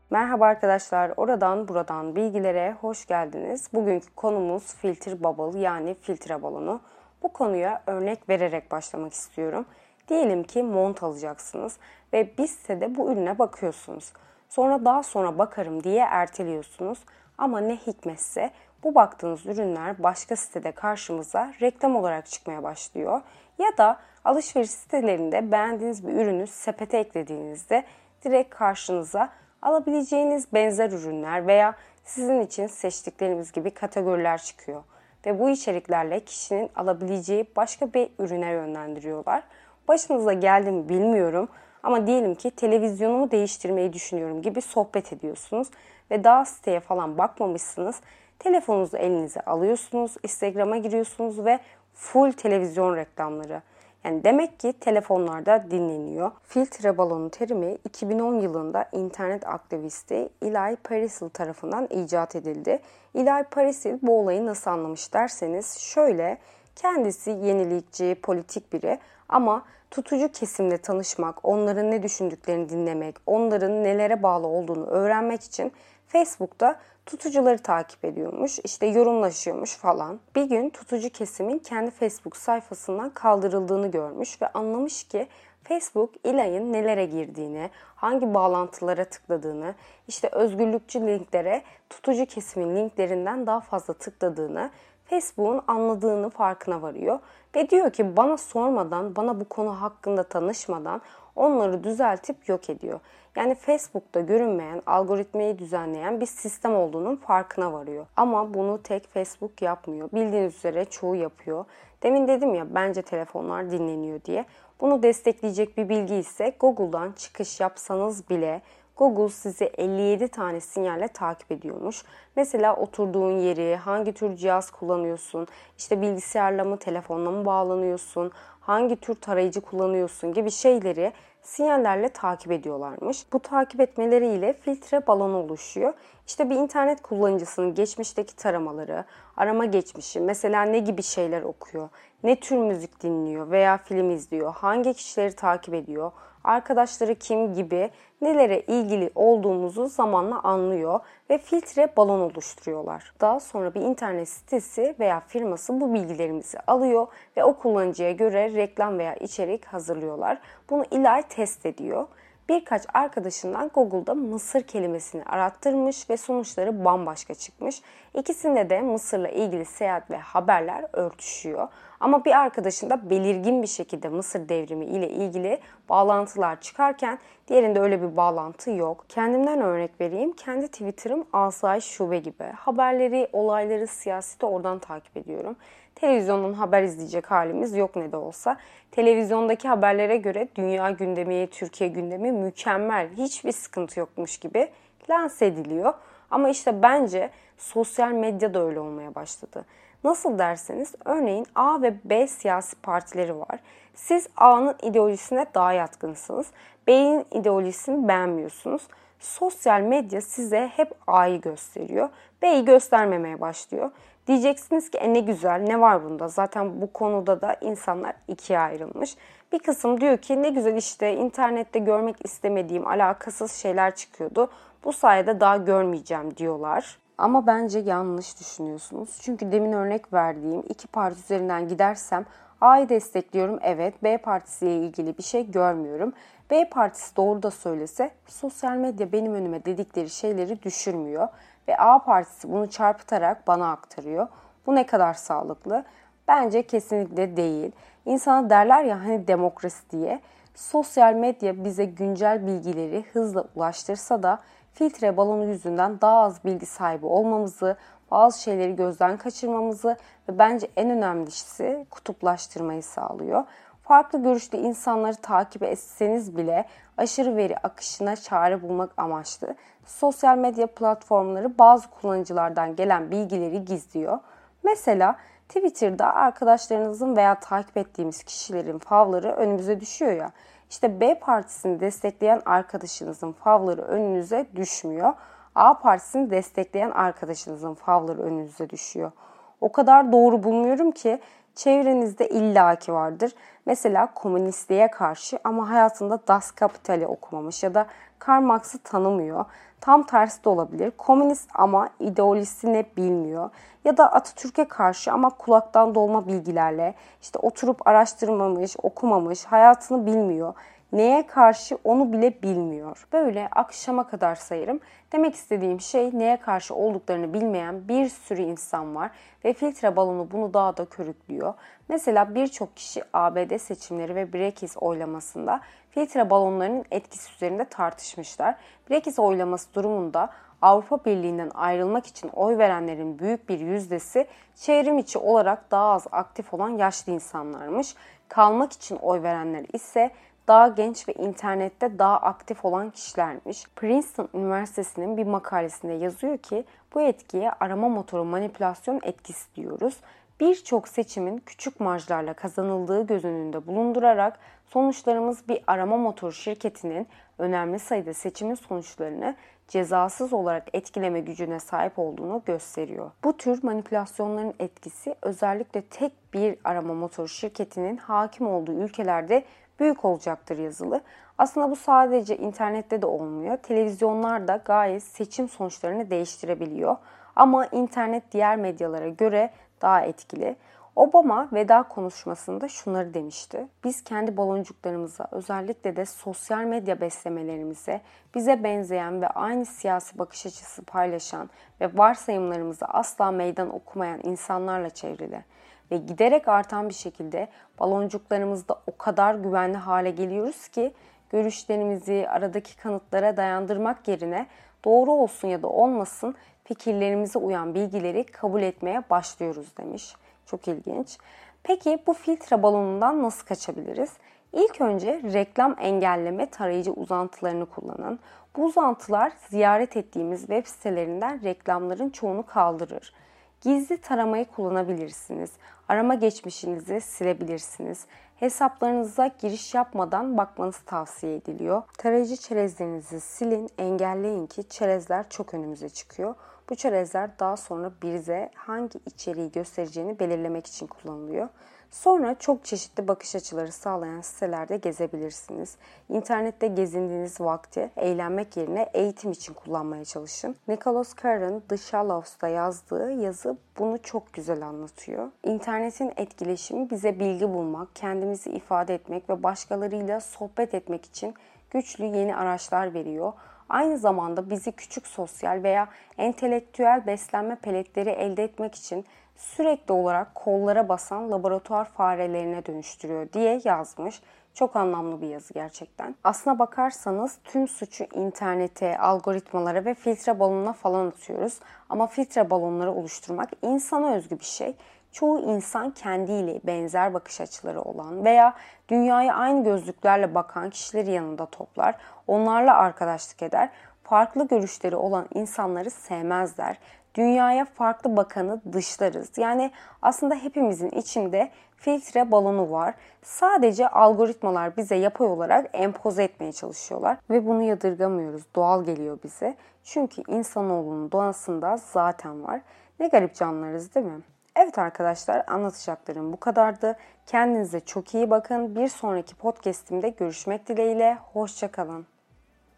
Merhaba arkadaşlar, oradan buradan bilgilere hoş geldiniz. Bugünkü konumuz filter bubble yani filtre balonu. Bu konuya örnek vererek başlamak istiyorum. Diyelim ki mont alacaksınız ve bir sitede bu ürüne bakıyorsunuz. Sonra daha sonra bakarım diye erteliyorsunuz. Ama ne hikmetse bu baktığınız ürünler başka sitede karşımıza reklam olarak çıkmaya başlıyor. Ya da alışveriş sitelerinde beğendiğiniz bir ürünü sepete eklediğinizde direkt karşınıza alabileceğiniz benzer ürünler veya sizin için seçtikleriniz gibi kategoriler çıkıyor. Ve bu içeriklerle kişinin alabileceği başka bir ürüne yönlendiriyorlar. Başınıza geldi mi bilmiyorum ama diyelim ki televizyonumu değiştirmeyi düşünüyorum gibi sohbet ediyorsunuz ve daha siteye falan bakmamışsınız. Telefonunuzu elinize alıyorsunuz, Instagram'a giriyorsunuz ve full televizyon reklamları. Yani demek ki telefonlarda dinleniyor. Filtre balonu terimi 2010 yılında internet aktivisti Eli Parisil tarafından icat edildi. Eli Parisil bu olayı nasıl anlamış derseniz şöyle, kendisi yenilikçi, politik biri ama tutucu kesimle tanışmak, onların ne düşündüklerini dinlemek, onların nelere bağlı olduğunu öğrenmek için Facebook'ta tutucuları takip ediyormuş, işte yorumlaşıyormuş falan. Bir gün tutucu kesimin kendi Facebook sayfasından kaldırıldığını görmüş ve anlamış ki Facebook Eli'nin nelere girdiğini, hangi bağlantılara tıkladığını, işte özgürlükçü linklere tutucu kesimin linklerinden daha fazla tıkladığını, Facebook'un anladığını farkına varıyor ve diyor ki bana sormadan, bana bu konu hakkında tanışmadan onları düzeltip yok ediyor. Yani Facebook'ta görünmeyen, algoritmayı düzenleyen bir sistem olduğunun farkına varıyor. Ama bunu tek Facebook yapmıyor. Bildiğiniz üzere çoğu yapıyor. Demin dedim ya bence telefonlar dinleniyor diye. Bunu destekleyecek bir bilgi ise Google'dan çıkış yapsanız bile Google sizi 57 tane sinyalle takip ediyormuş. Mesela oturduğun yeri, hangi tür cihaz kullanıyorsun, işte bilgisayarla mı, telefonla mı bağlanıyorsun, hangi tür tarayıcı kullanıyorsun gibi şeyleri sinyallerle takip ediyorlarmış. Bu takip etmeleriyle filtre balonu oluşuyor. İşte bir internet kullanıcısının geçmişteki taramaları, arama geçmişi, mesela ne gibi şeyler okuyor, ne tür müzik dinliyor veya film izliyor, hangi kişileri takip ediyor, arkadaşları kim gibi nelere ilgili olduğumuzu zamanla anlıyor ve filtre balon oluşturuyorlar. Daha sonra bir internet sitesi veya firması bu bilgilerimizi alıyor ve o kullanıcıya göre reklam veya içerik hazırlıyorlar. Bunu Eli test ediyor. Birkaç arkadaşından Google'da Mısır kelimesini arattırmış ve sonuçları bambaşka çıkmış. İkisinde de Mısır'la ilgili seyahat ve haberler örtüşüyor. Ama bir arkadaşında belirgin bir şekilde Mısır devrimi ile ilgili bağlantılar çıkarken diğerinde öyle bir bağlantı yok. Kendimden örnek vereyim. Kendi Twitter'ım Asayiş Şube gibi. Haberleri, olayları, siyaseti oradan takip ediyorum. Televizyondan haber izleyecek halimiz yok ne de olsa. Televizyondaki haberlere göre dünya gündemi, Türkiye gündemi mükemmel, hiçbir sıkıntı yokmuş gibi lanse ediliyor. Ama işte bence sosyal medya da öyle olmaya başladı. Nasıl derseniz örneğin A ve B siyasi partileri var. Siz A'nın ideolojisine daha yatkınsınız. B'nin ideolojisini beğenmiyorsunuz. Sosyal medya size hep A'yı gösteriyor. B'yi göstermemeye başlıyor. Diyeceksiniz ki ne güzel, ne var bunda? Zaten bu konuda da insanlar ikiye ayrılmış. Bir kısım diyor ki ne güzel işte internette görmek istemediğim alakasız şeyler çıkıyordu. Bu sayede daha görmeyeceğim diyorlar. Ama bence yanlış düşünüyorsunuz. Çünkü demin örnek verdiğim iki parti üzerinden gidersem A'yı destekliyorum, evet. B partisiyle ilgili bir şey görmüyorum. B partisi doğru da söylese sosyal medya benim önüme dedikleri şeyleri düşürmüyor. Ve A partisi bunu çarpıtarak bana aktarıyor. Bu ne kadar sağlıklı? Bence kesinlikle değil. İnsana derler ya hani demokrasi diye. Sosyal medya bize güncel bilgileri hızla ulaştırsa da filtre balonu yüzünden daha az bilgi sahibi olmamızı, bazı şeyleri gözden kaçırmamızı ve bence en önemlisi kutuplaştırmayı sağlıyor. Farklı görüşlü insanları takip etseniz bile aşırı veri akışına çare bulmak amaçlı sosyal medya platformları bazı kullanıcılardan gelen bilgileri gizliyor. Mesela Twitter'da arkadaşlarınızın veya takip ettiğimiz kişilerin favları önümüze düşüyor ya. İşte B partisini destekleyen arkadaşınızın favları önünüze düşmüyor. A partisini destekleyen arkadaşınızın favları önünüze düşüyor. O kadar doğru bulmuyorum ki Çevrenizde illaki vardır. Mesela komünistliğe karşı ama hayatında Das Kapital'i okumamış ya da Karl Marx'ı tanımıyor. Tam tersi de olabilir. Komünist ama ideolojisini bilmiyor. Ya da Atatürk'e karşı ama kulaktan dolma bilgilerle işte oturup araştırmamış, okumamış, hayatını bilmiyor. Neye karşı onu bile bilmiyor. Böyle akşama kadar sayarım. Demek istediğim şey neye karşı olduklarını bilmeyen bir sürü insan var ve filtre balonu bunu daha da körüklüyor. Mesela birçok kişi ABD seçimleri ve Brexit oylamasında filtre balonlarının etkisi üzerinde tartışmışlar. Brexit oylaması durumunda Avrupa Birliği'nden ayrılmak için oy verenlerin büyük bir yüzdesi çevrim içi olarak daha az aktif olan yaşlı insanlarmış. Kalmak için oy verenler ise daha genç ve internette daha aktif olan kişilermiş. Princeton Üniversitesi'nin bir makalesinde yazıyor ki bu etkiye arama motoru manipülasyon etkisi diyoruz. Birçok seçimin küçük marjlarla kazanıldığı göz önünde bulundurarak sonuçlarımız bir arama motoru şirketinin önemli sayıda seçimin sonuçlarını cezasız olarak etkileme gücüne sahip olduğunu gösteriyor. Bu tür manipülasyonların etkisi özellikle tek bir arama motoru şirketinin hakim olduğu ülkelerde büyük olacaktır yazılı. Aslında bu sadece internette de olmuyor. Televizyonlar da gayet seçim sonuçlarını değiştirebiliyor. Ama internet diğer medyalara göre daha etkili. Obama veda konuşmasında şunları demişti. Biz kendi baloncuklarımıza, özellikle de sosyal medya beslemelerimize, bize benzeyen ve aynı siyasi bakış açısı paylaşan ve varsayımlarımızı asla meydan okumayan insanlarla çevrili. Ve giderek artan bir şekilde baloncuklarımızda o kadar güvenli hale geliyoruz ki görüşlerimizi aradaki kanıtlara dayandırmak yerine doğru olsun ya da olmasın fikirlerimize uyan bilgileri kabul etmeye başlıyoruz demiş. Çok ilginç. Peki bu filtre balonundan nasıl kaçabiliriz? İlk önce reklam engelleme tarayıcı uzantılarını kullanın. Bu uzantılar ziyaret ettiğimiz web sitelerinden reklamların çoğunu kaldırır. Gizli taramayı kullanabilirsiniz. Arama geçmişinizi silebilirsiniz. Hesaplarınıza giriş yapmadan bakmanız tavsiye ediliyor. Tarayıcı çerezlerinizi silin, engelleyin ki çerezler çok önümüze çıkıyor. Bu çerezler daha sonra bize hangi içeriği göstereceğini belirlemek için kullanılıyor. Sonra çok çeşitli bakış açıları sağlayan sitelerde gezebilirsiniz. İnternette gezindiğiniz vakti eğlenmek yerine eğitim için kullanmaya çalışın. Nicholas Carr'ın The Shallows'ta yazdığı yazı bunu çok güzel anlatıyor. İnternetin etkileşimi bize bilgi bulmak, kendimizi ifade etmek ve başkalarıyla sohbet etmek için güçlü yeni araçlar veriyor. Aynı zamanda bizi küçük sosyal veya entelektüel beslenme peletleri elde etmek için sürekli olarak kollara basan laboratuvar farelerine dönüştürüyor diye yazmış. Çok anlamlı bir yazı gerçekten. Aslına bakarsanız tüm suçu internete, algoritmalara ve filtre balonuna falan atıyoruz. Ama filtre balonları oluşturmak insana özgü bir şey. Çoğu insan kendiyle benzer bakış açıları olan veya dünyaya aynı gözlüklerle bakan kişileri yanında toplar. Onlarla arkadaşlık eder. Farklı görüşleri olan insanları sevmezler. Dünyaya farklı bakanı dışlarız. Yani aslında hepimizin içinde filtre balonu var. Sadece algoritmalar bize yapay olarak empoze etmeye çalışıyorlar. Ve bunu yadırgamıyoruz. Doğal geliyor bize. Çünkü insanoğlunun doğasında zaten var. Ne garip canlılarız değil mi? Evet arkadaşlar, anlatacaklarım bu kadardı. Kendinize çok iyi bakın. Bir sonraki podcast'imde görüşmek dileğiyle. Hoşça kalın.